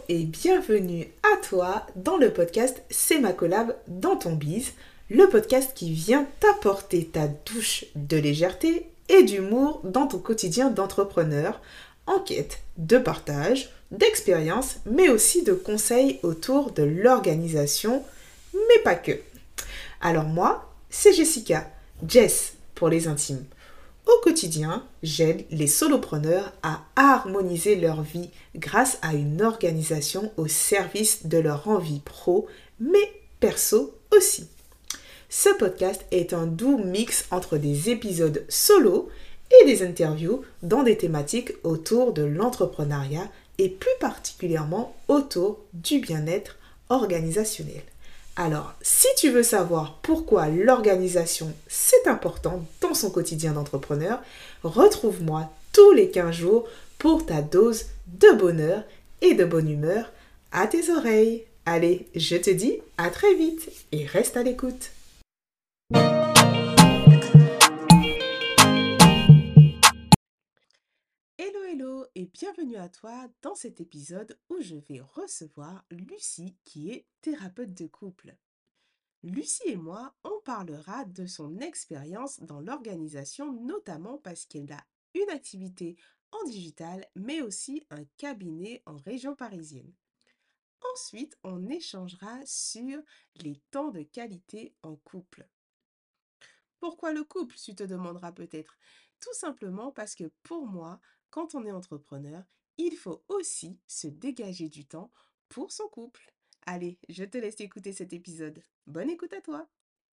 et bienvenue à toi dans le podcast C'est ma collab dans ton biz, le podcast qui vient t'apporter ta douche de légèreté et d'humour dans ton quotidien d'entrepreneur, en quête de partage, d'expérience, mais aussi de conseils autour de l'organisation, mais pas que. Alors moi, c'est Jessica, Jess pour les intimes. Au quotidien, j'aide les solopreneurs à harmoniser leur vie grâce à une organisation au service de leur envie pro, mais perso aussi. Ce podcast est un doux mix entre des épisodes solo et des interviews dans des thématiques autour de l'entrepreneuriat et plus particulièrement autour du bien-être organisationnel. Alors, si tu veux savoir pourquoi l'organisation c'est important dans son quotidien d'entrepreneur, retrouve-moi tous les 15 jours pour ta dose de bonheur et de bonne humeur à tes oreilles. Allez, je te dis à très vite et reste à l'écoute. Hello hello et bienvenue à toi dans cet épisode où je vais recevoir Lucie qui est thérapeute de couple. Lucie et moi, on parlera de son expérience dans l'organisation, notamment parce qu'elle a une activité en digital, mais aussi un cabinet en région parisienne. Ensuite, on échangera sur les temps de qualité en couple. Pourquoi le couple, tu te demanderas peut-être. Tout simplement parce que pour moi, quand on est entrepreneur, il faut aussi se dégager du temps pour son couple. Allez, je te laisse écouter cet épisode. Bonne écoute à toi.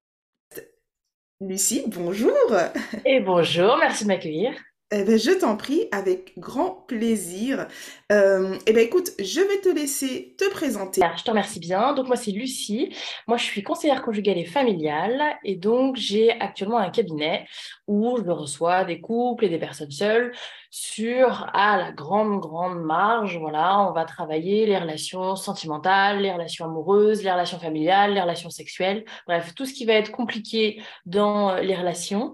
Lucie, bonjour. Et bonjour, merci de m'accueillir. Je t'en prie, avec grand plaisir. Écoute, je vais te laisser te présenter. Alors, je te remercie bien. Donc, moi, c'est Lucie. Moi, je suis conseillère conjugale et familiale. Et donc, j'ai actuellement un cabinet où je reçois des couples et des personnes seules sur la grande marge. Voilà, on va travailler les relations sentimentales, les relations amoureuses, les relations familiales, les relations sexuelles. Bref, tout ce qui va être compliqué dans les relations.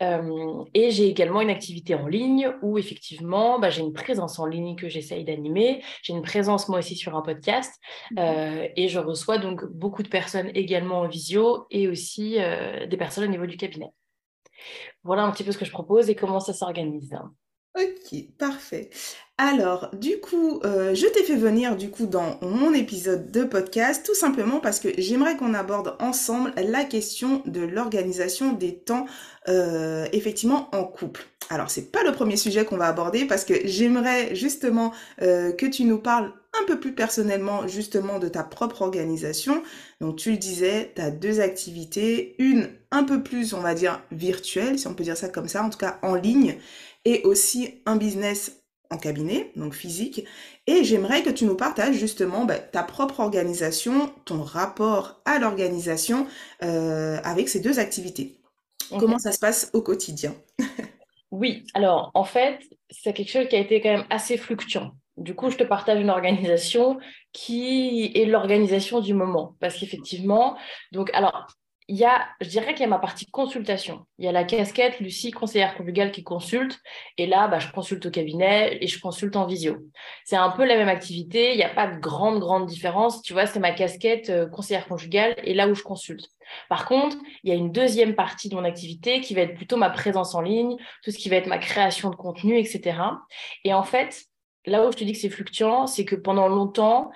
Et j'ai également une activité en ligne où, effectivement, j'ai une présence en ligne que j'essaye d'animer. J'ai une présence, moi aussi, sur un podcast. Et je reçois donc beaucoup de personnes également en visio et aussi des personnes au niveau du cabinet. Voilà un petit peu ce que je propose et comment ça s'organise. Ok, parfait. Alors, du coup, je t'ai fait venir du coup dans mon épisode de podcast tout simplement parce que j'aimerais qu'on aborde ensemble la question de l'organisation des temps effectivement en couple. Alors, c'est pas le premier sujet qu'on va aborder parce que j'aimerais justement que tu nous parles un peu plus personnellement justement de ta propre organisation. Donc, tu le disais, tu as deux activités, une un peu plus, on va dire, virtuelle, si on peut dire ça comme ça, en tout cas en ligne et aussi un business en cabinet, donc physique. Et j'aimerais que tu nous partages justement ta propre organisation, ton rapport à l'organisation avec ces deux activités. Comment Mhm. ça se passe au quotidien? Oui, alors en fait, c'est quelque chose qui a été quand même assez fluctuant. Du coup, je te partage une organisation qui est l'organisation du moment. Parce qu'effectivement, donc, alors, je dirais qu'il y a ma partie consultation. Il y a la casquette Lucie, conseillère conjugale qui consulte. Et là, je consulte au cabinet et je consulte en visio. C'est un peu la même activité. Il n'y a pas de grande différence. Tu vois, c'est ma casquette conseillère conjugale et là où je consulte. Par contre, il y a une deuxième partie de mon activité qui va être plutôt ma présence en ligne, tout ce qui va être ma création de contenu, etc. Et en fait, là où je te dis que c'est fluctuant, c'est que pendant longtemps,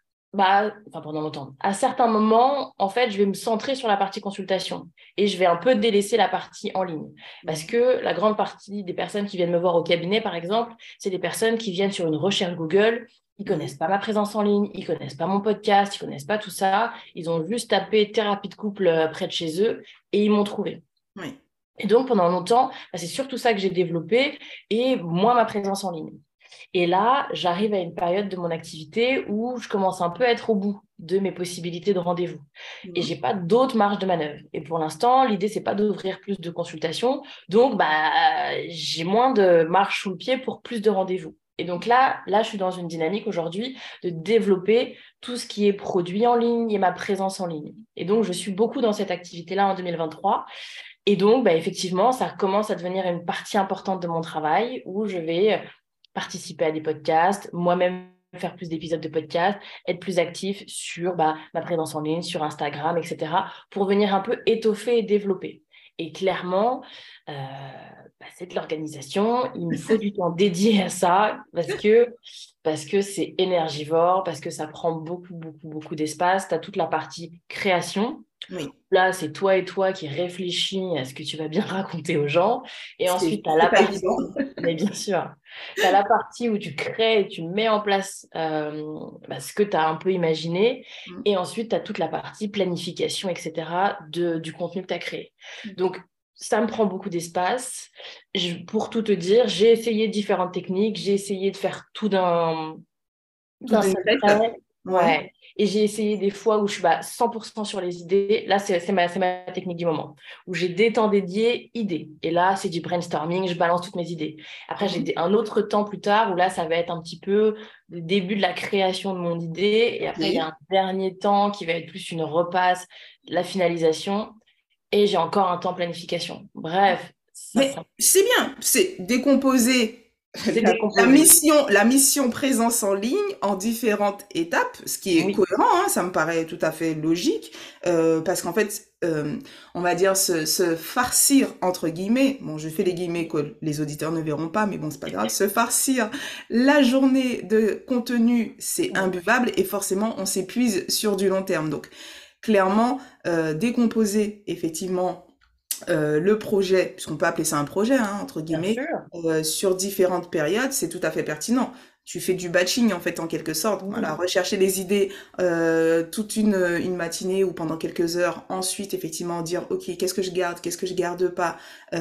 pendant longtemps, à certains moments, en fait, je vais me centrer sur la partie consultation et je vais un peu délaisser la partie en ligne. Parce Mhm. que la grande partie des personnes qui viennent me voir au cabinet, par exemple, c'est des personnes qui viennent sur une recherche Google. Ils Mhm. connaissent pas ma présence en ligne, ils connaissent pas mon podcast, ils connaissent pas tout ça. Ils ont juste tapé thérapie de couple près de chez eux et ils m'ont trouvé. Oui. Et donc, pendant longtemps, c'est surtout ça que j'ai développé et moi, ma présence en ligne. Et là, j'arrive à une période de mon activité où je commence un peu à être au bout de mes possibilités de rendez-vous. Et Mhm. j'ai pas d'autres marges de manœuvre. Et pour l'instant, l'idée, c'est pas d'ouvrir plus de consultations. Donc, j'ai moins de marge sous le pied pour plus de rendez-vous. Et donc là, je suis dans une dynamique aujourd'hui de développer tout ce qui est produit en ligne et ma présence en ligne. Et donc, je suis beaucoup dans cette activité-là en 2023. Et donc, effectivement, ça commence à devenir une partie importante de mon travail où je vais participer à des podcasts, moi-même faire plus d'épisodes de podcast, être plus actif sur ma présence en ligne, sur Instagram, etc., pour venir un peu étoffer et développer. Et clairement, euh, c'est de l'organisation. Il me faut du temps dédié à ça parce que c'est énergivore, parce que ça prend beaucoup, beaucoup, beaucoup d'espace. Tu as toute la partie création. Oui, Là, c'est toi et toi qui réfléchis à ce que tu vas bien raconter aux gens. Et ensuite, tu as c'est la pas partie, évident. mais bien sûr, tu as la partie où tu crées et tu mets en place ce que tu as un peu imaginé. Et ensuite, tu as toute la partie planification, etc., du contenu que tu as créé. Donc, ça me prend beaucoup d'espace. Pour tout te dire, j'ai essayé différentes techniques. J'ai essayé de faire tout Tout d'un d'une seul traite? trait. Ouais. Ouais. Et j'ai essayé des fois où je suis 100% sur les idées. Là, c'est ma technique du moment. Où j'ai des temps dédiés idées. Et là, c'est du brainstorming. Je balance toutes mes idées. Après, j'ai Mhm. un autre temps plus tard où là, ça va être un petit peu le début de la création de mon idée. Et après, il y a Ok. un dernier temps qui va être plus une repasse, la finalisation. Et j'ai encore un temps planification. Bref, ça Mais prend. c'est bien, c'est décomposer C'est la décomposé. mission présence en ligne en différentes étapes, ce qui est Oui. cohérent, hein, ça me paraît tout à fait logique, parce qu'en fait, on va dire se farcir entre guillemets, bon, je fais les guillemets que les auditeurs ne verront pas, mais bon, c'est pas grave, se farcir la journée de contenu, c'est imbuvable et forcément, on s'épuise sur du long terme. Donc, clairement, décomposer effectivement le projet, puisqu'on peut appeler ça un projet, hein, entre Bien guillemets, sûr. sur différentes périodes, c'est tout à fait pertinent. Tu fais du batching en fait en quelque sorte. Voilà, Oui. rechercher les idées toute une matinée ou pendant quelques heures. Ensuite, effectivement, dire ok, qu'est-ce que je garde pas,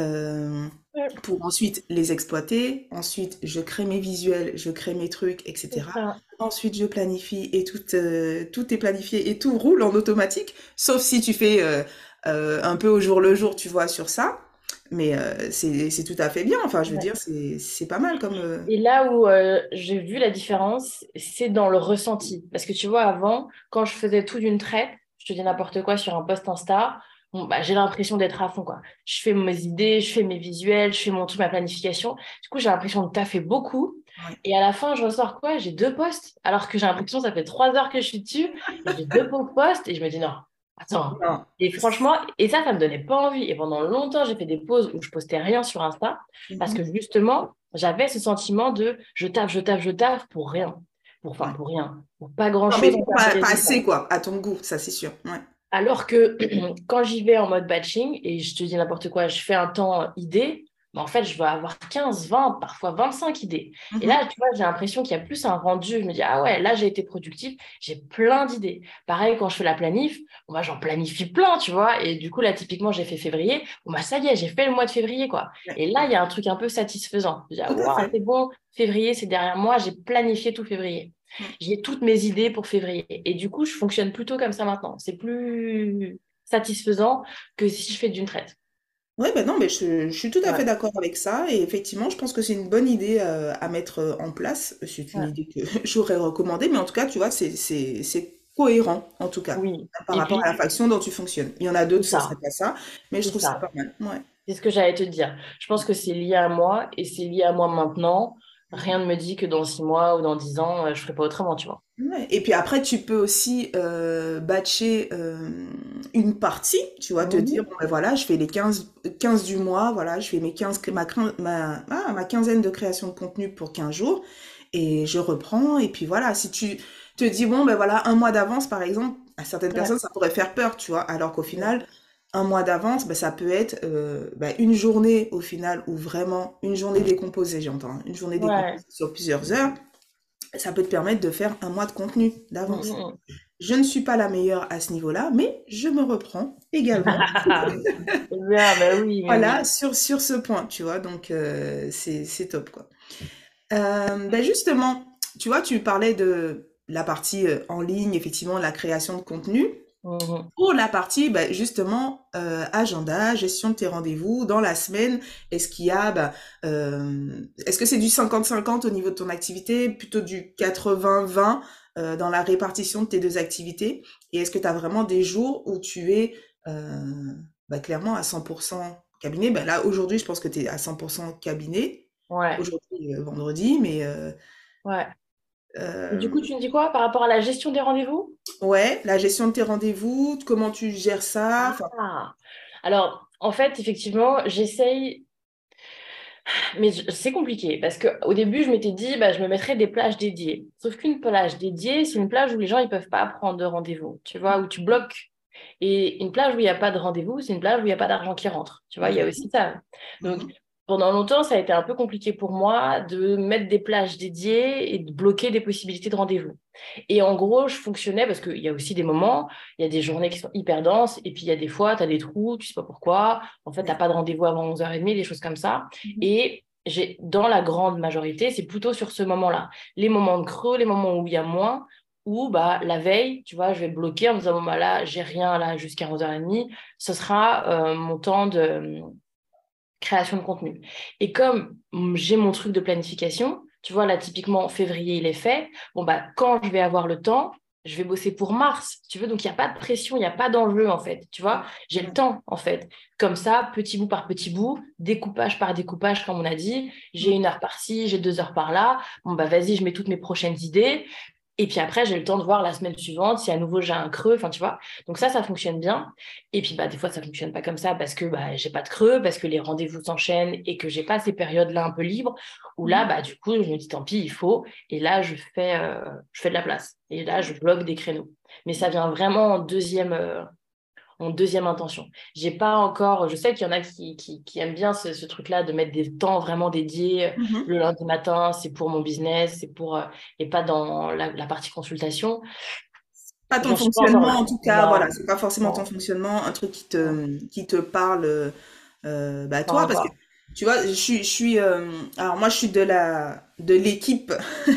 pour ensuite les exploiter. Ensuite, je crée mes visuels, je crée mes trucs, C'est etc. ça. Ensuite, je planifie et tout est planifié et tout roule en automatique. Sauf si tu fais un peu au jour le jour, tu vois, sur ça. Mais c'est tout à fait bien. Enfin, je veux Ouais. dire, c'est pas mal comme. Et là où j'ai vu la différence, c'est dans le ressenti. Parce que tu vois, avant, quand je faisais tout d'une traite, je te dis n'importe quoi sur un post Insta, bon, j'ai l'impression d'être à fond, quoi. Je fais mes idées, je fais mes visuels, je fais mon truc, ma planification. Du coup, j'ai l'impression de taffer beaucoup. Ouais. Et à la fin, je ressors quoi? J'ai deux posts, alors que j'ai l'impression que ça fait 3 heures que je suis dessus, et j'ai deux pauvres posts, et je me dis non, attends. Non. Et franchement, et ça me donnait pas envie. Et pendant longtemps, j'ai fait des pauses où je postais rien sur Insta, parce Mhm. que justement, j'avais ce sentiment de je taffe, je taffe, je taffe pour rien. Ouais. Pour rien. Pour pas Non, mais grand-chose en termes de pas résultats. assez, quoi, à ton goût, ça c'est sûr. Ouais. Alors que quand j'y vais en mode batching, et je te dis n'importe quoi, je fais un temps idée, en fait, je vais avoir 15, 20, parfois 25 idées. Et Mhm. là, tu vois, j'ai l'impression qu'il y a plus un rendu. Je me dis, ah ouais, là, j'ai été productive, j'ai plein d'idées. Pareil, quand je fais la planif, bon, j'en planifie plein, tu vois. Et du coup, là, typiquement, j'ai fait février. Bon, ça y est, j'ai fait le mois de février, quoi. Ouais. Et là, il y a un truc un peu satisfaisant. Je me dis, ah, Tout à ouah, fait. c'est bon, février, c'est derrière moi, j'ai planifié tout février. Mm. J'ai toutes mes idées pour février. Et du coup, je fonctionne plutôt comme ça maintenant. C'est plus satisfaisant que si je fais d'une traite. Ouais, ben non, mais je suis tout à fait Ouais, d'accord avec ça. Et effectivement, je pense que c'est une bonne idée à mettre en place. C'est une ouais. idée que j'aurais recommandée, mais en tout cas, tu vois, c'est cohérent, en tout cas, Oui. par Et rapport à la puis, façon dont tu fonctionnes. Il y en a c'est d'autres, ça serait ça. pas ça, mais je C'est trouve ça ça. pas mal. Ouais. C'est ce que j'allais te dire. Je pense que c'est lié à moi et c'est lié à moi maintenant. Rien ne me dit que dans 6 mois ou dans 10 ans, je ferai pas autrement, tu vois. Ouais. Et puis après, tu peux aussi batcher une partie, tu vois, te dire, Mhm. bon, ben voilà, je fais les quinze du mois, voilà, je fais mes 15 ma quinzaine de création de contenu pour 15 jours, et je reprends, et puis voilà, si tu te dis, bon, ben voilà, un mois d'avance, par exemple, à certaines Ouais. personnes, ça pourrait faire peur, tu vois, alors qu'au final, un mois d'avance, ben, ça peut être une journée, au final, ou vraiment une journée décomposée, j'entends, hein, une journée Ouais. décomposée sur plusieurs heures, ça peut te permettre de faire un mois de contenu Mm, d'avance. mm, Je ne suis pas la meilleure à ce niveau-là, mais je me reprends également. mm. C'est bien, mais oui, mais Voilà, oui. sur ce point, tu vois, donc c'est top, quoi. Justement, tu vois, tu parlais de la partie en ligne, effectivement, la création de contenu. Mhm. Pour la partie, justement, agenda, gestion de tes rendez-vous dans la semaine, est-ce que c'est du 50-50 au niveau de ton activité, plutôt du 80-20 dans la répartition de tes deux activités? Et est-ce que tu as vraiment des jours où tu es clairement à 100% cabinet? Là, aujourd'hui, je pense que tu es à 100% cabinet. Ouais. Aujourd'hui, vendredi, mais Ouais. Et du Euh, coup, tu me dis quoi par rapport à la gestion des rendez-vous? ouais, la gestion de tes rendez-vous, comment tu gères ça? Enfin, Ah, alors, en fait, effectivement, j'essaye, mais c'est compliqué parce qu'au début, je m'étais dit, bah, je me mettrais des plages dédiées. Sauf qu'une plage dédiée, c'est une plage où les gens ils peuvent pas prendre de rendez-vous, tu vois, où tu bloques. Et une plage où il n'y a pas de rendez-vous, c'est une plage où il n'y a pas d'argent qui rentre. Tu vois, il y a exact. aussi ça. Donc, Mhm. pendant longtemps, ça a été un peu compliqué pour moi de mettre des plages dédiées et de bloquer des possibilités de rendez-vous. Et en gros, je fonctionnais parce qu'il y a aussi des moments, il y a des journées qui sont hyper denses, et puis il y a des fois, tu as des trous, tu sais pas pourquoi. En fait, tu n'as Ouais. pas de rendez-vous avant 11h30, des choses comme ça. Mhm. Et dans la grande majorité, c'est plutôt sur ce moment-là. Les moments de creux, les moments où il y a moins, où bah, la veille, tu vois, je vais bloquer en me disant, bon, bah, là, j'ai rien là jusqu'à 11h30. Ce sera mon temps de création de contenu. Et comme j'ai mon truc de planification, tu vois, là, typiquement, février, il est fait. Bon, bah, quand je vais avoir le temps, je vais bosser pour mars, si tu veux. Donc, il n'y a pas de pression, il n'y a pas d'enjeu, en fait. Tu vois, j'ai le Ouais. temps, en fait. Comme ça, petit bout par petit bout, découpage par découpage, comme on a dit. J'ai Mhm. 1 heure par-ci, j'ai 2 heures par-là. Bon, bah, vas-y, je mets toutes mes prochaines idées. Et puis après, j'ai le temps de voir la semaine suivante si à nouveau j'ai un creux. Enfin, tu vois. Donc ça fonctionne bien. Et puis, bah, des fois, ça fonctionne pas comme ça parce que bah, j'ai pas de creux, parce que les rendez-vous s'enchaînent et que j'ai pas ces périodes-là un peu libres où là, Mhm. bah, du coup, je me dis tant pis, il faut. Et là, je fais de la place. Et là, je bloque des créneaux. Mais ça vient vraiment en deuxième intention. J'ai pas encore, je sais qu'il y en a qui aiment bien ce truc-là de mettre des temps vraiment dédiés. Mhm. Le lundi matin, c'est pour mon business, c'est pour, et pas dans la partie consultation. Pas ton J'en suis pas encore fonctionnement, là. en tout cas, voilà, Non, c'est pas forcément ton non, fonctionnement, un truc non, qui te parle, bah, pas toi, parce que, encore. tu vois, alors moi, je suis de l'équipe,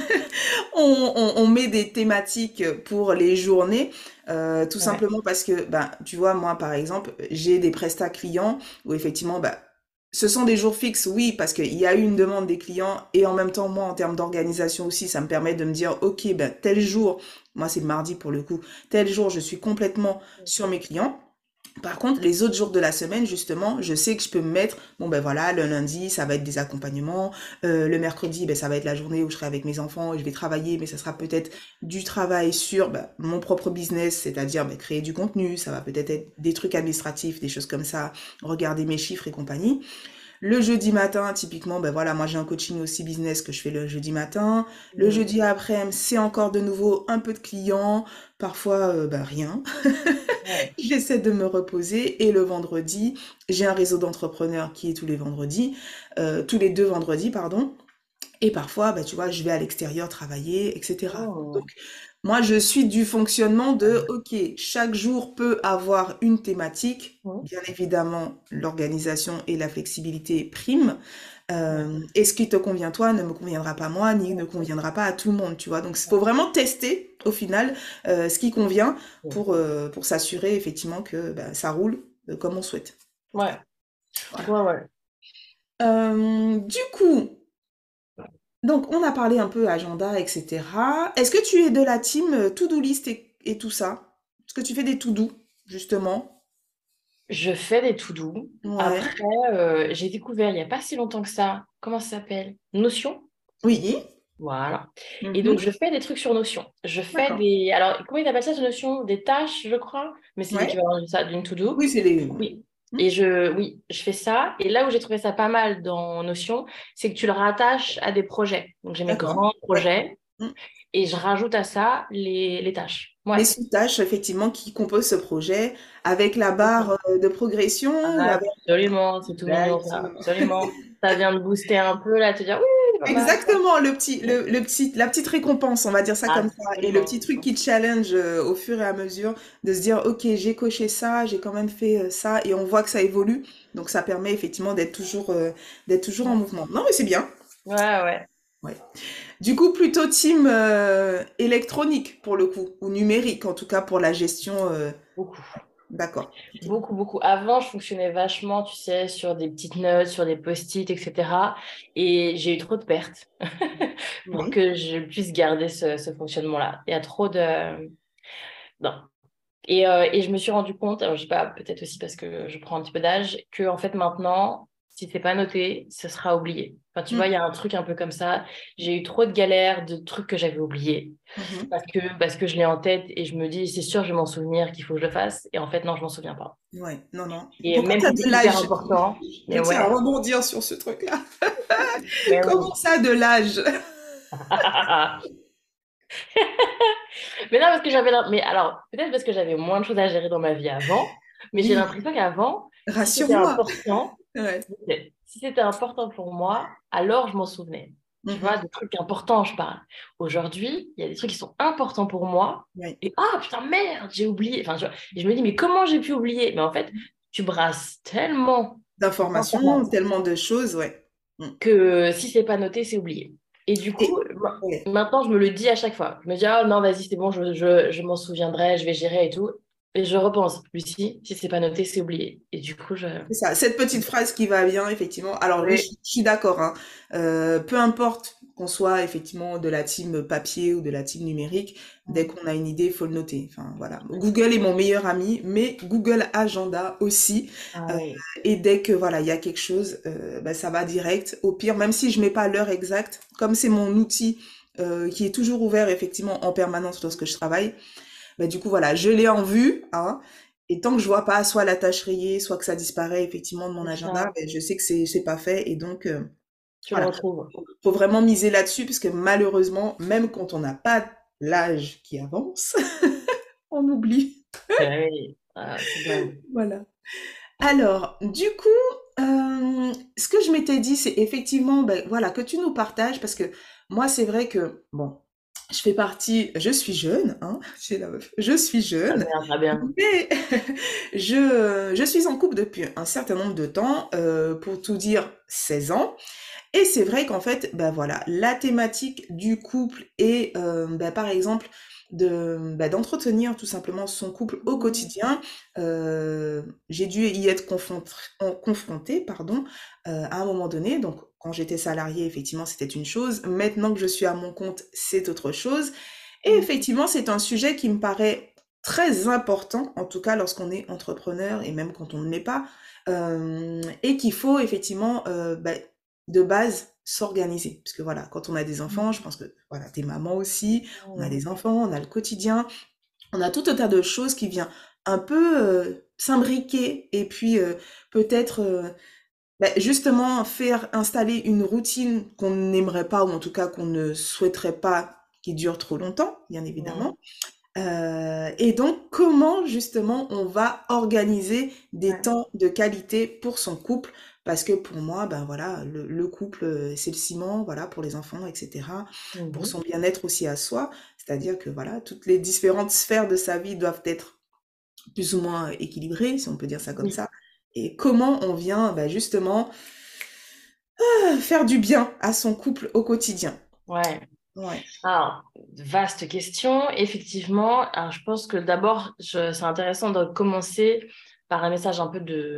on met des thématiques pour les journées, tout Ouais. simplement parce que, bah, tu vois, moi, par exemple, j'ai des prestats clients où effectivement, bah, ce sont des jours fixes, oui, parce qu'il y a eu une demande des clients et en même temps, moi, en termes d'organisation aussi, ça me permet de me dire, OK, ben, tel jour, moi, c'est le mardi pour le coup, tel jour, je suis complètement sur mes clients. Par contre, les autres jours de la semaine, justement, je sais que je peux me mettre, bon ben voilà, le lundi, ça va être des accompagnements, le mercredi, ben ça va être la journée où je serai avec mes enfants, et je vais travailler, mais ça sera peut-être du travail sur ben, mon propre business, c'est-à-dire ben, créer du contenu, ça va peut-être être des trucs administratifs, des choses comme ça, regarder mes chiffres et compagnie. Le jeudi matin, typiquement, ben voilà, moi j'ai un coaching aussi business que je fais le jeudi matin. Le Mm. jeudi après, c'est encore de nouveau un peu de clients, parfois ben, rien. Ouais. J'essaie de me reposer et le vendredi, j'ai un réseau d'entrepreneurs qui est tous les vendredis, tous les 2 vendredis, pardon. Et parfois, bah, tu vois, je vais à l'extérieur travailler, etc. Oh. Donc, moi, je suis du fonctionnement de, OK, chaque jour peut avoir une thématique. Mm. Bien évidemment, l'organisation et la flexibilité priment. Ouais. Et ce qui te convient toi ne me conviendra pas moi, ni ne conviendra pas à tout le monde, tu vois. Donc, il faut vraiment tester, au final, ce qui convient pour s'assurer, effectivement, que bah, ça roule comme on souhaite. Ouais. Voilà. Ouais, ouais. Du coup, donc, on a parlé un peu agenda, etc. Est-ce que tu es de la team to-do list et tout ça? Est-ce que tu fais des to-do, justement? Je fais des to-do. Ouais. Après, j'ai découvert il n'y a pas si longtemps que ça, comment ça s'appelle? Notion. Oui. Voilà. Et donc, Mhm. je fais des trucs sur Notion. Je fais D'accord. des... Alors, comment ils appellent ça sur Notion? Des tâches, je crois. Mais c'est Ouais. l'équivalent de ça, d'une to-do. Oui, c'est les... Oui. Hmm. Oui, je fais ça. Et là où j'ai trouvé ça pas mal dans Notion, c'est que tu le rattaches à des projets. Donc, j'ai mes D'accord. grands Ouais. projets Hmm. et je rajoute à ça les tâches. Les Ouais. sous-tâches, effectivement, qui composent ce projet avec la C'est ça. barre de progression ou avec... Absolument, c'est tout mignon, ça. Exactement. Absolument. Ça vient de booster un peu, là, te dire, oui, c'est pas mal. Exactement, la petite récompense, on va dire ça comme ça, et le petit Absolument. truc qui te challenge au fur et à mesure de se dire, ok, j'ai coché ça, j'ai quand même fait ça, et on voit que ça évolue, donc ça permet effectivement d'être toujours en Ouais, mouvement. Non, mais c'est bien. ouais, ouais. Ouais. Du coup, plutôt team électronique pour le coup, ou numérique en tout cas pour la gestion. Beaucoup. D'accord. Ok. Beaucoup, beaucoup. Avant, je fonctionnais vachement, tu sais, sur des petites notes, sur des post-it, etc. Et j'ai eu trop de pertes pour Oui. que je puisse garder ce fonctionnement-là. Il y a trop de... Non. Et je me suis rendu compte, alors je sais pas, peut-être aussi parce que je prends un petit peu d'âge, que en fait maintenant, si c'est pas noté, ce sera oublié. Enfin, tu vois, il y a un truc un peu comme ça. J'ai eu trop de galères, de trucs que j'avais oubliés Mhm. parce que je l'ai en tête et je me dis, c'est sûr, je vais m'en souvenir qu'il faut que je le fasse. Et en fait, non, je m'en souviens pas. Ouais, non, non. Et Pourquoi même tu as si de c'est hyper l'âge? important, Je mais tiens à ouais. rebondir sur ce truc-là. Mais Comment oui. ça, de l'âge? Mais non, parce que mais alors, peut-être parce que j'avais moins de choses à gérer dans ma vie avant, mais j'ai Oui, l'impression qu'avant, si c'était rassure-moi. important, Ouais. si c'était important pour moi, alors je m'en souvenais. Tu vois, Mhm. des trucs importants, je parle. Aujourd'hui, il y a des trucs qui sont importants pour moi, Ouais. et ah putain, merde, j'ai oublié. Enfin, et je me dis, mais comment j'ai pu oublier? Mais en fait, tu brasses tellement D'informations, d'informations tellement de choses, ouais. Mm. que si c'est pas noté, c'est oublié. Et du coup, Et, ouais. maintenant, je me le dis à chaque fois. Je me dis, ah non, vas-y, c'est bon, je m'en souviendrai, je vais gérer et tout. Et je repense, Lucie, si c'est pas noté, c'est oublié. Et du coup, je... C'est ça, cette petite phrase qui va bien, effectivement. Alors oui, Oui. je suis d'accord, hein. Peu importe qu'on soit effectivement de la team papier ou de la team numérique, dès qu'on a une idée, il faut le noter. Enfin voilà. Google est mon meilleur ami, mais Google Agenda aussi. Ah Euh, oui. et dès que voilà, il y a quelque chose, bah, ça va direct. Au pire, même si je mets pas l'heure exacte, comme c'est mon outil qui est toujours ouvert effectivement en permanence lorsque je travaille. Bah, du coup, voilà, je l'ai en vue, hein, et tant que je vois pas soit la tâche rayée, soit que ça disparaît effectivement de mon C'est agenda, ça, ben, je sais que c'est pas fait et donc tu le voilà, retrouves. faut vraiment miser là-dessus parce que malheureusement, même quand on n'a pas l'âge qui avance, on oublie. Oui. Ah, c'est dingue. Voilà. Alors, du coup, ce que je m'étais dit, c'est effectivement, ben, voilà, que tu nous partages parce que moi, c'est vrai que bon, je suis jeune, hein, chez la meuf, je suis Très jeune. bien, très bien. Mais je suis en couple depuis un certain nombre de temps, pour tout dire 16 ans. Et c'est vrai qu'en fait, bah voilà, la thématique du couple et bah, par exemple d'entretenir tout simplement son couple au quotidien, j'ai dû y être confrontée, pardon, à un moment donné. Donc quand j'étais salariée, effectivement, c'était une chose. Maintenant que je suis à mon compte, c'est autre chose. Et effectivement, c'est un sujet qui me paraît très important, en tout cas lorsqu'on est entrepreneur et même quand on ne l'est pas, et qu'il faut effectivement de base s'organiser. Parce que voilà, quand on a des enfants, je pense que voilà, t'es maman aussi, on a des enfants, on a le quotidien, on a tout un tas de choses qui viennent un peu s'imbriquer et puis peut-être justement faire installer une routine qu'on n'aimerait pas ou en tout cas qu'on ne souhaiterait pas qui dure trop longtemps, bien évidemment. Et donc, comment justement on va organiser des Ouais. temps de qualité pour son couple? Parce que pour moi, ben voilà, le couple, c'est le ciment, voilà, pour les enfants, etc. Pour Mhm. son bien-être aussi à soi. C'est-à-dire que voilà, toutes les différentes sphères de sa vie doivent être plus ou moins équilibrées, si on peut dire ça comme Oui. ça. Et comment on vient justement faire du bien à son couple au quotidien. Ouais. Ouais. Alors, vaste question. Effectivement, alors je pense que d'abord, c'est intéressant de commencer par un message un peu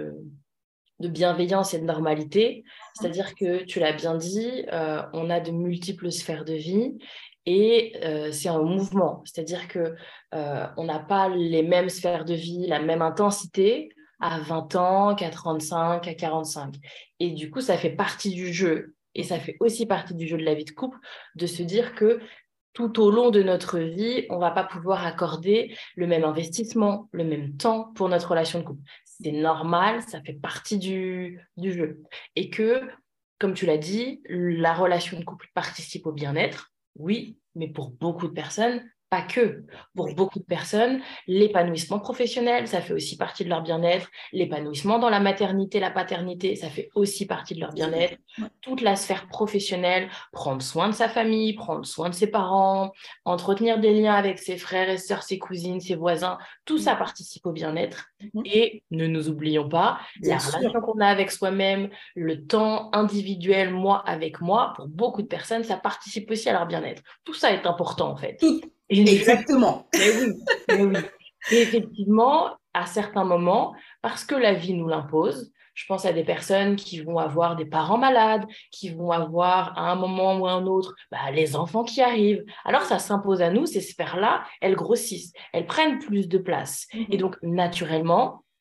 de bienveillance et de normalité. C'est-à-dire que, tu l'as bien dit, on a de multiples sphères de vie et c'est un mouvement. C'est-à-dire que on n'a pas les mêmes sphères de vie, la même intensité à 20 ans qu'à 35, à 45. Et du coup, ça fait partie du jeu. Et ça fait aussi partie du jeu de la vie de couple de se dire que tout au long de notre vie, on va pas pouvoir accorder le même investissement, le même temps pour notre relation de couple. C'est normal, ça fait partie du jeu. Et que, comme tu l'as dit, la relation de couple participe au bien-être, oui, mais pour beaucoup de personnes, pas que. Pour Oui. beaucoup de personnes, l'épanouissement professionnel, ça fait aussi partie de leur bien-être. L'épanouissement dans la maternité, la paternité, ça fait aussi partie de leur Oui. bien-être. Toute la sphère professionnelle, prendre soin de sa famille, prendre soin de ses parents, entretenir des liens avec ses frères et sœurs, ses cousines, ses voisins, tout ça participe au bien-être. Mhm. Et ne nous oublions pas, Bien la sûr. relation qu'on a avec soi-même, le temps individuel, moi avec moi, pour beaucoup de personnes, ça participe aussi à leur bien-être. Tout ça est important en fait. Tout. Et Exactement. mais oui, mais oui. Et effectivement, à certains moments, parce que la vie nous l'impose, je pense à des personnes qui vont avoir des parents malades, qui vont avoir à un moment ou à un autre les enfants qui arrivent. Alors ça s'impose à nous, ces sphères-là, elles grossissent, elles prennent plus de place. Et Mhm. donc, naturellement,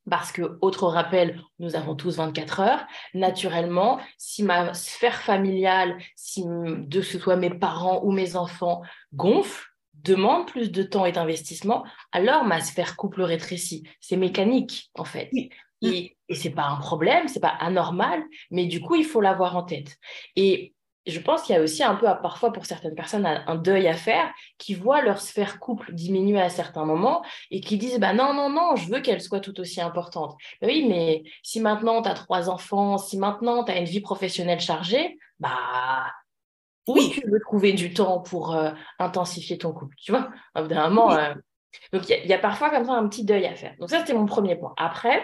Parce que, autre rappel, nous avons tous 24 heures. Naturellement, si ma sphère familiale, si de ce soit mes parents ou mes enfants, gonfle, demande plus de temps et d'investissement, alors ma sphère couple rétrécit. C'est mécanique, en fait. Oui. Mm. Et c'est pas un problème, c'est pas anormal, mais du coup, il faut l'avoir en tête. Et je pense qu'il y a aussi un peu, parfois pour certaines personnes, un deuil à faire, qui voient leur sphère couple diminuer à certains moments et qui disent, bah non, non, non, je veux qu'elle soit tout aussi importante. Ben oui, mais si maintenant tu as 3 enfants, si maintenant tu as une vie professionnelle chargée, bah où Oui. tu veux trouver du temps pour intensifier ton couple, tu vois? Au bout d'un moment, Oui. donc il y a parfois comme ça un petit deuil à faire. Donc ça, c'était mon premier point. Après,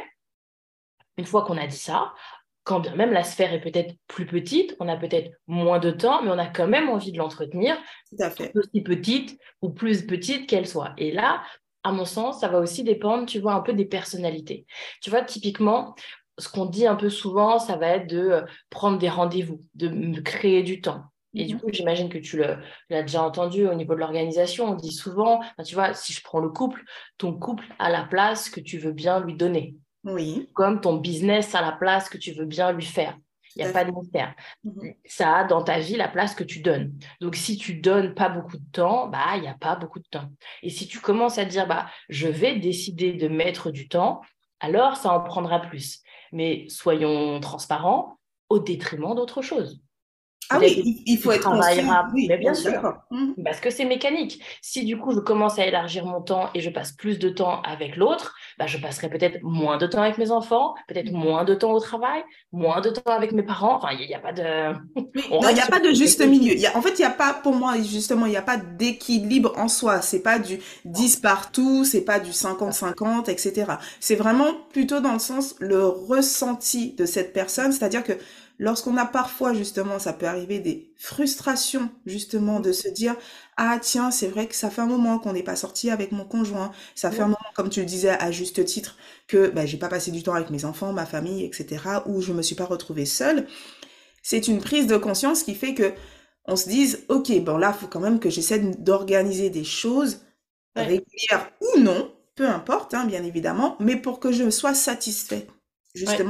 une fois qu'on a dit ça, quand bien même la sphère est peut-être plus petite, on a peut-être moins de temps, mais on a quand même envie de l'entretenir, Tout à fait. aussi petite ou plus petite qu'elle soit. Et là, à mon sens, ça va aussi dépendre, tu vois, un peu des personnalités. Tu vois, typiquement, ce qu'on dit un peu souvent, ça va être de prendre des rendez-vous, de créer du temps. Et du Mhm. coup, j'imagine que l'as déjà entendu au niveau de l'organisation. On dit souvent, enfin, tu vois, si je prends le couple, ton couple a la place que tu veux bien lui donner, Oui, comme ton business a la place que tu veux bien lui faire. Il tout n'y a à pas fait. de mystère. Mhm. Ça a dans ta vie la place que tu donnes. Donc, si tu donnes pas beaucoup de temps, bah, il n'y a pas beaucoup de temps. Et si tu commences à dire, bah, je vais décider de mettre du temps, alors ça en prendra plus. Mais soyons transparents, au détriment d'autre chose. Ah Peut-être oui, que il tu faut être conscient. travailleras, mais Oui, on bien est sûr, d'accord. Mhm. parce que c'est mécanique. Si du coup je commence à élargir mon temps et je passe plus de temps avec l'autre, bah, je passerai peut-être moins de temps avec mes enfants, peut-être moins de temps au travail, moins de temps avec mes parents. Enfin, il y a pas de... Oui, On non, il n'y reste a sur pas de une juste mécanique. milieu. En fait, il n'y a pas, pour moi, justement, il n'y a pas d'équilibre en soi. C'est pas du 10 partout, c'est pas du 50-50, etc. C'est vraiment plutôt dans le sens, le ressenti de cette personne. C'est-à-dire que lorsqu'on a parfois, justement, ça peut arriver des frustrations, justement, de se dire, ah, tiens, c'est vrai que ça fait un moment qu'on n'est pas sorti avec mon conjoint. Ça fait un moment, comme tu le disais, à juste titre, que, bah, j'ai pas passé du temps avec mes enfants, ma famille, etc., ou je me suis pas retrouvée seule. C'est une prise de conscience qui fait que on se dise, ok, bon là, il faut quand même que j'essaie d'organiser des choses Ouais, régulières ou non, peu importe, hein, bien évidemment, mais pour que je sois satisfait ouais, justement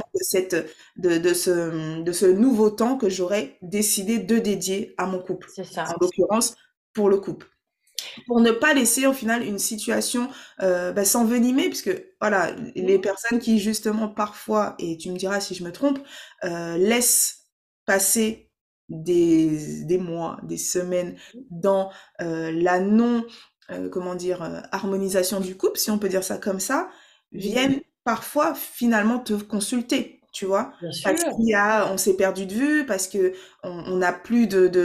de ce nouveau temps que j'aurais décidé de dédier à mon couple, c'est en ça. l'occurrence pour le couple. Pour ne pas laisser au final une situation bah, s'envenimer, puisque voilà, les personnes qui justement parfois, et tu me diras si je me trompe, laissent passer des mois, des semaines dans la non, comment dire, harmonisation du couple, si on peut dire ça comme ça, Oui, viennent parfois finalement te consulter, tu vois, bien parce sûr. on s'est perdu de vue, parce que on n'a plus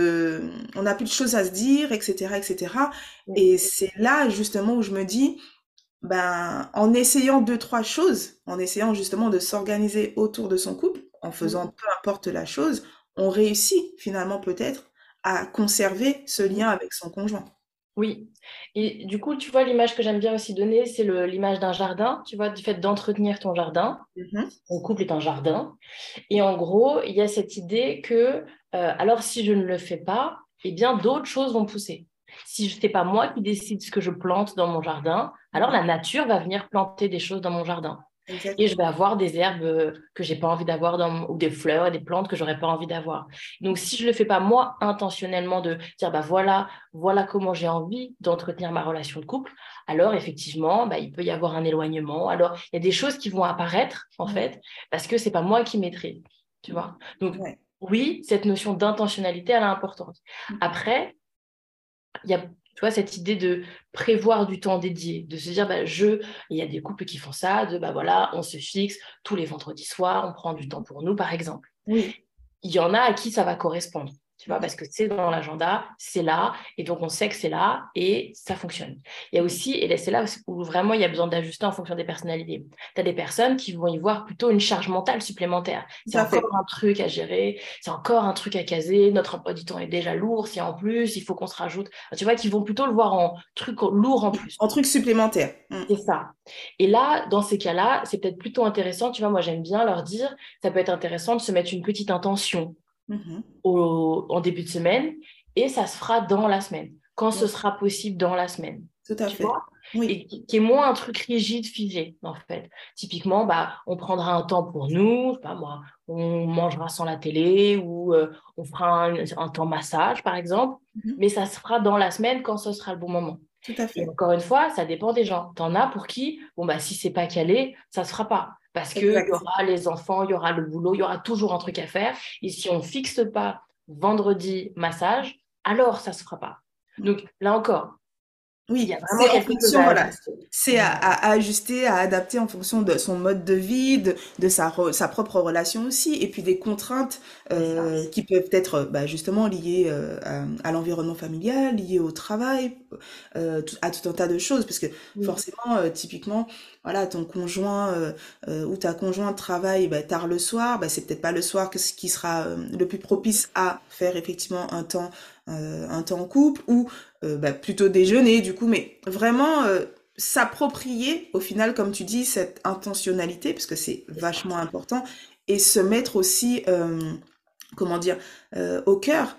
on n'a plus de choses à se dire, etc., etc. Oui, Et c'est là justement où je me dis, ben, en essayant deux, trois choses, en essayant justement de s'organiser autour de son couple, en faisant peu importe la chose, on réussit finalement peut-être à conserver ce lien avec son conjoint. oui. Et du coup, tu vois, l'image que j'aime bien aussi donner, c'est l'image d'un jardin, tu vois, du fait d'entretenir ton jardin. Mhm. Ton couple est un jardin. Et en gros, il y a cette idée que, alors si je ne le fais pas, eh bien, d'autres choses vont pousser. Si je ne fais pas moi qui décide ce que je plante dans mon jardin, alors Mhm. la nature va venir planter des choses dans mon jardin. Et je vais Exactement. avoir des herbes que j'ai pas envie d'avoir ou des fleurs et des plantes que j'aurais pas envie d'avoir. Donc, si je le fais pas moi intentionnellement de dire, bah voilà, voilà comment j'ai envie d'entretenir ma relation de couple, alors effectivement, bah, il peut y avoir un éloignement. Alors, il y a des choses qui vont apparaître, en Ouais. fait, parce que c'est pas moi qui maîtrise, tu vois. Donc, Ouais. oui, cette notion d'intentionnalité, elle est importante. Mhm. Après, il y a, tu vois, cette idée de prévoir du temps dédié, de se dire, bah, il y a des couples qui font ça, de, bah voilà, on se fixe tous les vendredis soirs, on prend du temps pour nous, par exemple. Oui. Il y en a à qui ça va correspondre, tu vois, Mhm. parce que c'est dans l'agenda, c'est là, et donc on sait que c'est là, et ça fonctionne. Il y a aussi, et là, c'est là où vraiment il y a besoin d'ajuster en fonction des personnalités. Tu as des personnes qui vont y voir plutôt une charge mentale supplémentaire. Tout C'est à encore fait. un truc à gérer, c'est encore un truc à caser, notre emploi du temps est déjà lourd, si en plus, il faut qu'on se rajoute. Tu vois, qu'ils vont plutôt le voir en truc lourd en plus. En truc supplémentaire. Mm. C'est ça. Et là, dans ces cas-là, c'est peut-être plutôt intéressant, tu vois, moi j'aime bien leur dire, ça peut être intéressant de se mettre une petite intention Mhm. en début de semaine et ça se fera dans la semaine, quand ce Oui. sera possible dans la semaine. tout à Tu fait. vois, Oui. et qui est moins un truc rigide, figé, en fait. Typiquement, bah, on prendra un temps pour nous, je sais pas moi, on mangera sans la télé ou on fera un temps massage, par exemple, Mhm. mais ça se fera dans la semaine quand ce sera le bon moment. Tout à Et fait. encore une fois, ça dépend des gens. T'en as pour qui, bon, bah, si c'est pas calé, ça se fera pas. Parce qu'il y Exact. aura les enfants, il y aura le boulot, il y aura toujours un truc à faire. Et si on fixe pas vendredi massage, alors ça se fera pas. Donc là encore, il y Oui, a vraiment c'est en quelque chose fonction, à voilà, ajuster. c'est Voilà. à ajuster, à adapter en fonction de son mode de vie, de sa propre relation aussi, et puis des contraintes C'est ça. qui peuvent être bah, justement liées à l'environnement familial, liées au travail, à tout un tas de choses, parce que Oui, forcément, typiquement, voilà, ton conjoint ou ta conjointe travaille bah, tard le soir, bah, c'est peut-être pas le soir que ce qui sera le plus propice à faire effectivement un temps en couple, ou bah, plutôt déjeuner du coup, mais vraiment s'approprier au final, comme tu dis, cette intentionnalité, parce que c'est c'est ça. vachement important, et se mettre aussi, comment dire, au cœur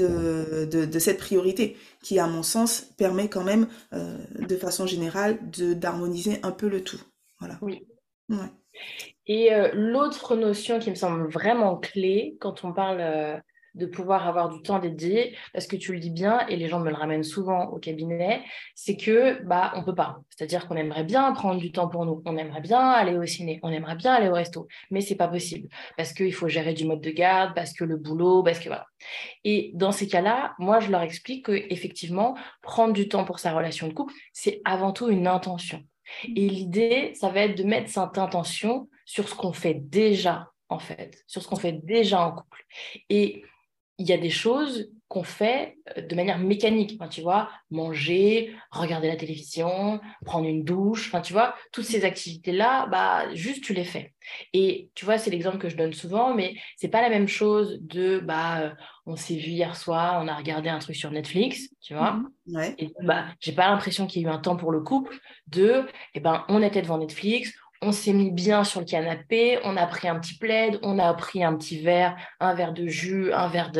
de cette priorité, qui à mon sens permet quand même, de façon générale, d'harmoniser un peu le tout. Voilà. Oui. Ouais. Et l'autre notion qui me semble vraiment clé quand on parle de pouvoir avoir du temps dédié, parce que tu le dis bien et les gens me le ramènent souvent au cabinet, c'est que bah on peut pas. C'est-à-dire qu'on aimerait bien prendre du temps pour nous, on aimerait bien aller au ciné, on aimerait bien aller au resto, mais c'est pas possible parce qu'il faut gérer du mode de garde, parce que le boulot, parce que voilà. Et dans ces cas-là, moi je leur explique que effectivement prendre du temps pour sa relation de couple, c'est avant tout une intention. Et l'idée, ça va être de mettre cette intention sur ce qu'on fait déjà, en fait, sur ce qu'on fait déjà en couple. Et il y a des choses qu'on fait de manière mécanique. Enfin, tu vois, manger, regarder la télévision, prendre une douche. Enfin, tu vois, toutes ces activités-là, bah, juste tu les fais. Et tu vois, c'est l'exemple que je donne souvent, mais c'est pas la même chose de, bah, on s'est vu hier soir, on a regardé un truc sur Netflix, tu vois. Mhm. Ouais. Et bah, j'ai pas l'impression qu'il y ait eu un temps pour le couple de, eh ben, on était devant Netflix, on s'est mis bien sur le canapé, on a pris un petit plaid, on a pris un petit verre, un verre de jus,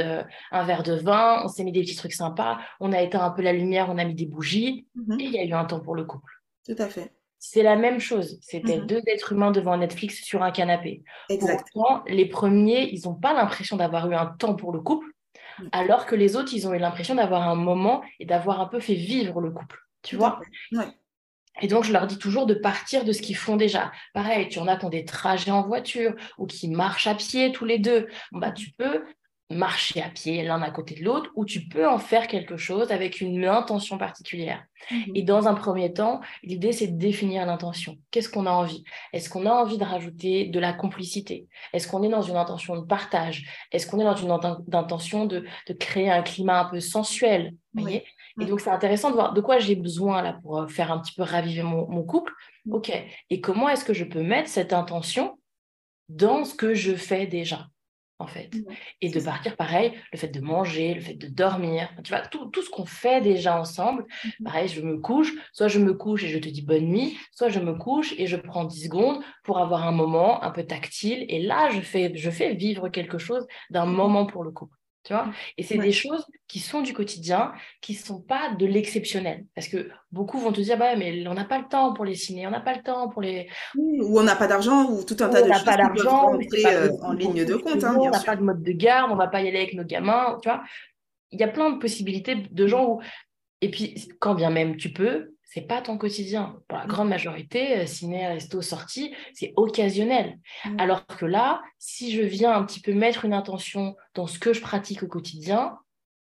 un verre de vin, on s'est mis des petits trucs sympas, on a éteint un peu la lumière, on a mis des bougies, et il Mhm. y a eu un temps pour le couple. Tout à fait. C'est la même chose. C'était Mhm. deux êtres humains devant Netflix sur un canapé. Pour Exact. autant, les premiers, ils n'ont pas l'impression d'avoir eu un temps pour le couple, Ouais. alors que les autres, ils ont eu l'impression d'avoir un moment et d'avoir un peu fait vivre le couple. Tu Tout à vois? fait. Ouais. Et donc, je leur dis toujours de partir de ce qu'ils font déjà. Pareil, tu en as qui ont des trajets en voiture ou qui marchent à pied tous les deux. Bon, bah, Mhm. tu peux marcher à pied l'un à côté de l'autre ou tu peux en faire quelque chose avec une intention particulière. Mhm. Et dans un premier temps, l'idée, c'est de définir l'intention. Qu'est-ce qu'on a envie? Est-ce qu'on a envie de rajouter de la complicité? Est-ce qu'on est dans une intention de partage? Est-ce qu'on est dans une intention de créer un climat un peu sensuel? Ouais. Voyez. Et Ouais. donc, c'est intéressant de voir de quoi j'ai besoin là pour faire un petit peu raviver mon couple. OK. Et comment est-ce que je peux mettre cette intention dans ce que je fais déjà, en fait? Ouais. Et C'est de ça. partir, pareil, le fait de manger, le fait de dormir, tu vois, tout ce qu'on fait déjà ensemble. Mhm. Pareil, je me couche, soit je me couche et je te dis bonne nuit, soit je me couche et je prends 10 secondes pour avoir un moment un peu tactile. Et là, je fais vivre quelque chose d'un Mhm. moment pour le couple. Tu vois? Et c'est Ouais. des choses qui sont du quotidien, qui ne sont pas de l'exceptionnel. Parce que beaucoup vont te dire, bah, mais on n'a pas le temps pour les ciné, on n'a pas le temps pour les, Oui, ou on n'a pas d'argent, ou tout un tas ou on de n'a choses pas qui peuvent d'argent, ou c'est rentrer pas en possible pour ligne tous de les compte, hein, saisons, on bien n'a sûr. pas de mode de garde, on va pas y aller avec nos gamins, tu vois. Il y a plein de possibilités de gens où, et puis quand bien même tu peux, c'est pas ton quotidien. Pour la Mm. grande majorité, ciné, resto, sortie, c'est occasionnel. Ouais. Alors que là, si je viens un petit peu mettre une intention dans ce que je pratique au quotidien,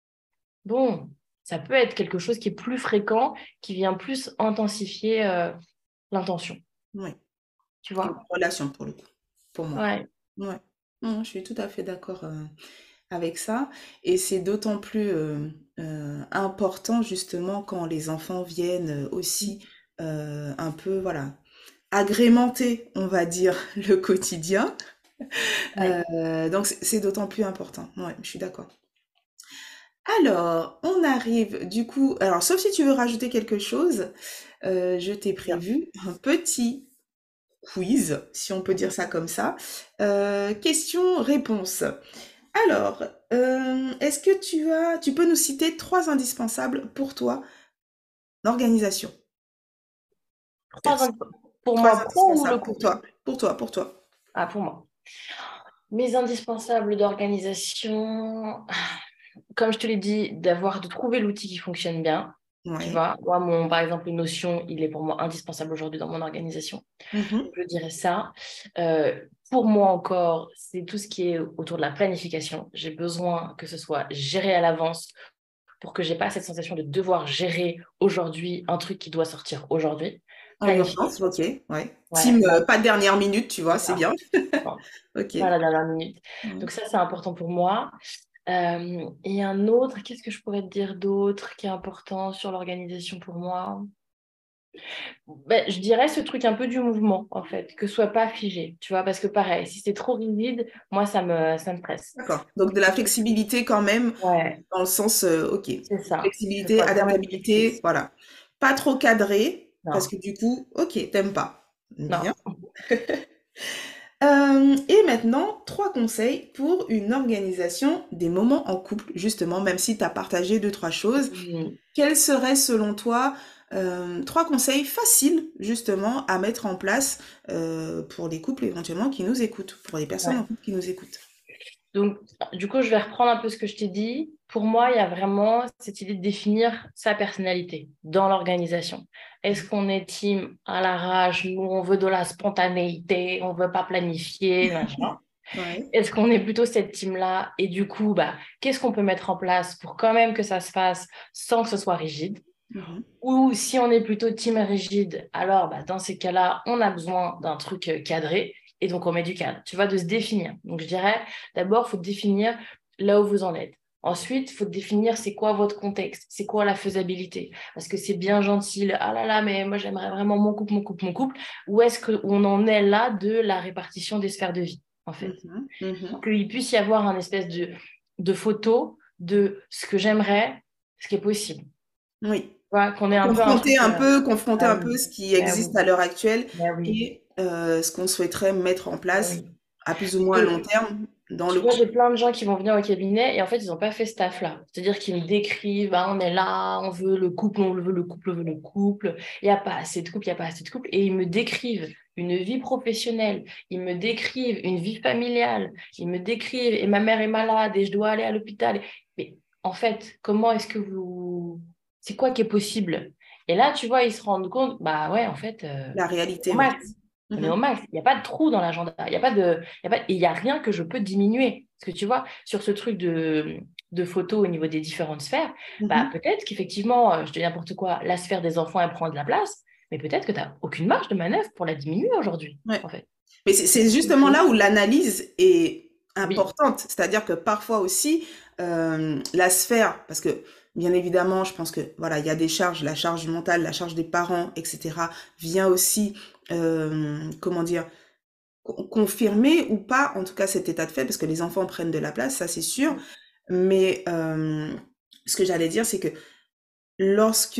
bon, ça peut être quelque chose qui est plus fréquent, qui vient plus intensifier l'intention, Ouais. tu Une vois? relation pour le coup, pour moi. Ouais, Ouais. Non, je suis tout à fait d'accord avec ça. Et c'est d'autant plus important justement quand les enfants viennent aussi un peu, voilà, agrémenter, on va dire, le quotidien. ouais. Donc c'est d'autant plus important. Ouais, je suis d'accord. Alors, on arrive du coup. Alors, sauf si tu veux rajouter quelque chose, je t'ai Bien. prévu un petit quiz, si on peut dire ça comme ça. Question-réponse. Alors, est-ce que tu peux nous citer trois indispensables pour toi L'organisation, Trois peut-être. ans pour Trois moi pro ou le indispensables pour couple? toi. Pour toi, pour toi. Ah, pour moi. Mes indispensables d'organisation, comme je te l'ai dit, de trouver l'outil qui fonctionne bien. Tu Ouais. vois, moi, par exemple, Notion, il est pour moi indispensable aujourd'hui dans mon organisation. Mhm. Je dirais ça. Pour moi encore, c'est tout ce qui est autour de la planification. J'ai besoin que ce soit géré à l'avance pour que j'ai pas cette sensation de devoir gérer aujourd'hui un truc qui doit sortir aujourd'hui. En urgence, Planification. ok. Ouais. Ouais, Team, pas de dernière minute, tu vois, c'est c'est ça. bien. Non, Ok. pas la dernière minute. Mhm. Donc ça, c'est important pour moi. Et un autre, qu'est-ce que je pourrais te dire d'autre qui est important sur l'organisation pour moi? Ben, je dirais ce truc un peu du mouvement, en fait, que ce soit pas figé, tu vois, parce que pareil, si c'est trop rigide, moi, ça me stresse. D'accord. Donc de la flexibilité quand même, Ouais, dans le sens, ok. c'est ça. Que ce Flexibilité, soit quand même adaptabilité, flexible. voilà. Pas trop cadré, parce Non, que du coup, ok, t'aimes pas. Bien. non. Et maintenant, trois conseils pour une organisation des moments en couple, justement, même si tu as partagé deux, trois choses. Hmm, Quels seraient, selon toi, trois conseils faciles, justement, à mettre en place pour les couples éventuellement qui nous écoutent, pour les personnes en ouais. couple qui nous écoutent? Donc, du coup, je vais reprendre un peu ce que je t'ai dit. Pour moi, il y a vraiment cette idée de définir sa personnalité dans l'organisation. Est-ce qu'on est team à l'arrache, nous, on veut de la spontanéité, on veut pas planifier, machin. Ouais. Est-ce qu'on est plutôt cette team-là? Et du coup, bah, qu'est-ce qu'on peut mettre en place pour quand même que ça se fasse sans que ce soit rigide? Mhm. Ou si on est plutôt team rigide, alors bah, dans ces cas-là, on a besoin d'un truc cadré et donc on met du cadre. Tu vois, de se définir. Donc je dirais, d'abord, il faut définir là où vous en êtes. Ensuite, il faut définir c'est quoi votre contexte, c'est quoi la faisabilité. Parce que c'est bien gentil, ah là là, mais moi j'aimerais vraiment mon couple, mon couple, mon couple. Où est-ce qu'on en est là de la répartition des sphères de vie, en fait? Mhm. Mhm. Qu'il puisse y avoir un espèce de photo de ce que j'aimerais, ce qui est possible. Oui. Voilà, qu'on ait un peu un truc. Confronter Ah un oui, peu ce qui ben existe oui, à l'heure actuelle ben oui, et ce qu'on souhaiterait mettre en ben place oui. à plus ou moins à long Que, terme dans tu le vois, couple. j'ai plein de gens qui vont venir au cabinet et en fait, ils n'ont pas fait ce taf-là. C'est-à-dire qu'ils me décrivent, ah, on est là, on veut le couple, on veut le couple, on veut le couple. Il n'y a pas assez de couple, il n'y a pas assez de couple. Et ils me décrivent une vie professionnelle, ils me décrivent une vie familiale, ils me décrivent, et ma mère est malade et je dois aller à l'hôpital. Mais en fait, comment est-ce que vous... C'est quoi qui est possible? Et là, tu vois, ils se rendent compte, bah ouais, en fait, La au réalité, oui. max. On est Mhm. au max. Il n'y a pas de trou dans l'agenda. Il n'y a pas de, il y a pas, et il y a rien que je peux diminuer. Parce que tu vois, sur ce truc de photos au niveau des différentes sphères, bah, Mhm. peut-être qu'effectivement, je dis n'importe quoi, la sphère des enfants, elle prend de la place, mais peut-être que tu n'as aucune marge de manœuvre pour la diminuer aujourd'hui, Ouais. en fait. Mais c'est justement là où l'analyse est Oui. importante. C'est-à-dire que parfois aussi, la sphère, parce que bien évidemment, je pense que voilà, il y a des charges, la charge mentale, la charge des parents, etc., vient aussi, comment dire, confirmer ou pas, en tout cas, cet état de fait, parce que les enfants prennent de la place, ça c'est sûr. Mais ce que j'allais dire, c'est que lorsque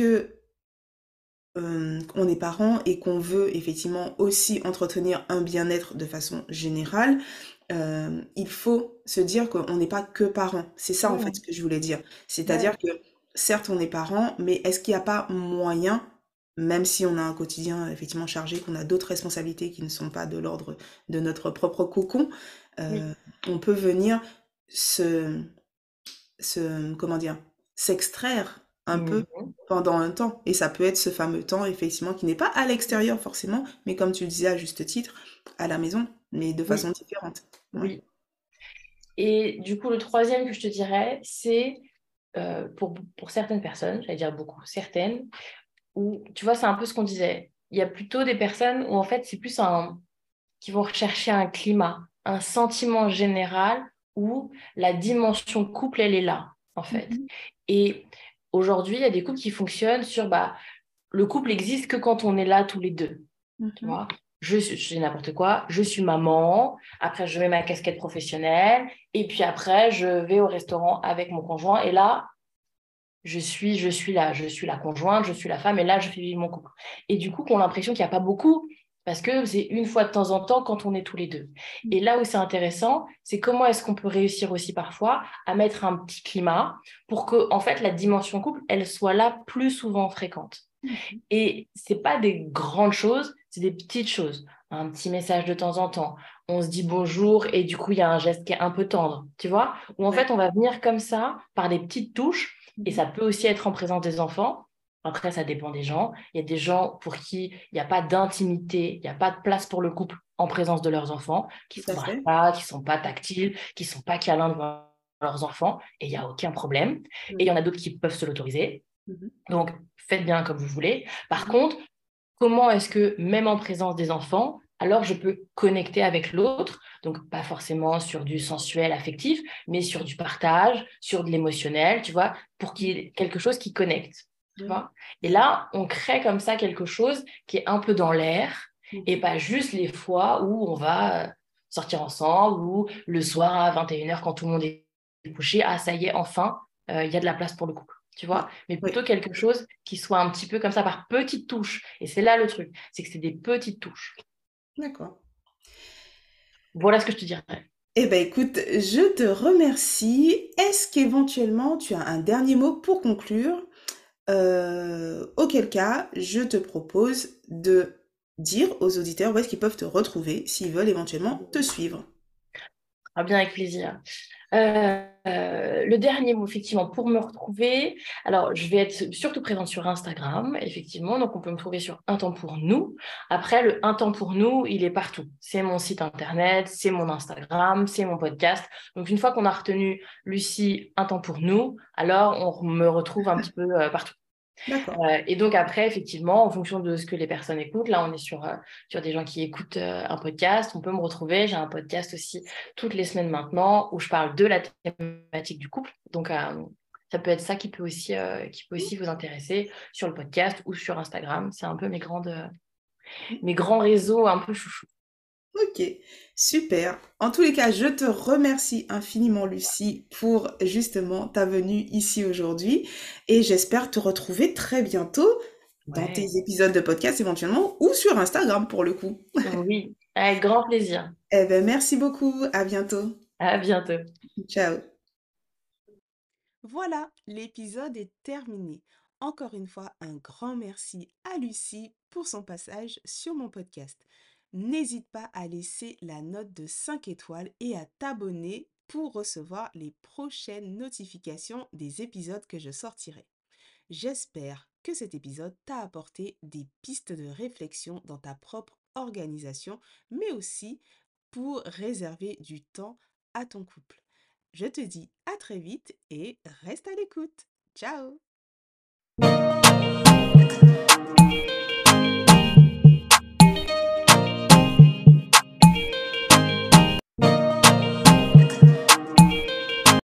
on est parent et qu'on veut effectivement aussi entretenir un bien-être de façon générale, il faut se dire qu'on n'est pas que parent. C'est ça en fait ce Mmh. que je voulais dire. C'est-à-dire Ouais. que certes on est parent, mais est-ce qu'il n'y a pas moyen, même si on a un quotidien effectivement chargé, qu'on a d'autres responsabilités qui ne sont pas de l'ordre de notre propre cocon, Oui. euh, on peut venir se, comment dire, s'extraire un peu Mhm. pendant un temps. Et ça peut être ce fameux temps, effectivement, qui n'est pas à l'extérieur forcément, mais comme tu le disais à juste titre, à la maison, mais de façon Oui. différente. Ouais. Oui. Et du coup, le troisième que je te dirais, c'est pour certaines personnes, j'allais dire beaucoup, certaines, où, tu vois, c'est un peu ce qu'on disait. Il y a plutôt des personnes où, en fait, c'est plus qui vont rechercher un climat, un sentiment général où la dimension couple, elle est là, en fait. Mhm. Et aujourd'hui, il y a des couples qui fonctionnent sur, bah, le couple existe que quand on est là tous les deux, tu Mhm. vois. Je dis n'importe quoi, je suis maman, après je mets ma casquette professionnelle, et puis après je vais au restaurant avec mon conjoint, et là, je suis la conjointe, je suis la femme, et là, je fais vivre mon couple. Et du coup, qu'on a l'impression qu'il n'y a pas beaucoup, parce que c'est une fois de temps en temps quand on est tous les deux. Et là où c'est intéressant, c'est comment est-ce qu'on peut réussir aussi parfois à mettre un petit climat pour que, en fait, la dimension couple, elle soit là plus souvent fréquente. Mhm. Et c'est pas des grandes choses, c'est des petites choses. Un petit message de temps en temps. On se dit bonjour et du coup, il y a un geste qui est un peu tendre, tu vois? Ou en Ouais. fait, on va venir comme ça, par des petites touches, et Mhm. ça peut aussi être en présence des enfants. Après, ça dépend des gens. Il y a des gens pour qui il n'y a pas d'intimité, il n'y a pas de place pour le couple en présence de leurs enfants, qui Tout ne à s'embrassent fait. pas, qui ne sont pas tactiles, qui ne sont pas câlins devant leurs enfants, et il n'y a aucun problème. Et il y Oui. en a d'autres qui peuvent se l'autoriser. Mhm. Donc, faites bien comme vous voulez. Par Mhm. contre, comment est-ce que, même en présence des enfants, alors je peux connecter avec l'autre, donc pas forcément sur du sensuel, affectif, mais sur du partage, sur de l'émotionnel, tu vois, pour qu'il y ait quelque chose qui connecte, tu Oui. vois. Et Ouais. là, on crée comme ça quelque chose qui est un peu dans l'air et Mhm. pas juste les fois où on va sortir ensemble ou le soir à 21h quand tout le monde est couché, ah ça y est, enfin, il y a de la place pour le couple. Tu Ouais. vois, mais Oui. plutôt quelque chose qui soit un petit peu comme ça par petites touches. Et c'est là le truc, c'est que c'est des petites touches. D'accord. Voilà ce que je te dirais. Eh ben écoute, je te remercie. Est-ce qu'éventuellement tu as un dernier mot pour conclure? Auquel cas, je te propose de dire aux auditeurs où est-ce qu'ils peuvent te retrouver s'ils veulent éventuellement te suivre. Ah, bien avec plaisir. Le dernier mot, effectivement, pour me retrouver, alors je vais être surtout présente sur Instagram, effectivement, donc on peut me trouver sur Un temps pour nous. Après, le Un temps pour nous, il est partout. C'est mon site internet, c'est mon Instagram, c'est mon podcast. Donc une fois qu'on a retenu Lucie, Un temps pour nous, alors on me retrouve un petit peu partout. D'accord. Et donc après, effectivement, en fonction de ce que les personnes écoutent, là on est sur des gens qui écoutent un podcast, on peut me retrouver. J'ai un podcast aussi toutes les semaines maintenant où je parle de la thématique du couple. Donc ça peut être ça qui peut aussi vous intéresser sur le podcast ou sur Instagram. C'est un peu mes grands réseaux un peu chouchou. Ok, super. En tous les cas, je te remercie infiniment, Lucie, pour justement ta venue ici aujourd'hui et j'espère te retrouver très bientôt dans Ouais, tes épisodes de podcast éventuellement ou sur Instagram pour le coup. oui, avec grand plaisir. Eh ben, merci beaucoup. À bientôt. À bientôt. Ciao. Voilà, l'épisode est terminé. Encore une fois, un grand merci à Lucie pour son passage sur mon podcast. N'hésite pas à laisser la note de 5 étoiles et à t'abonner pour recevoir les prochaines notifications des épisodes que je sortirai. J'espère que cet épisode t'a apporté des pistes de réflexion dans ta propre organisation, mais aussi pour réserver du temps à ton couple. Je te dis à très vite et reste à l'écoute. Ciao!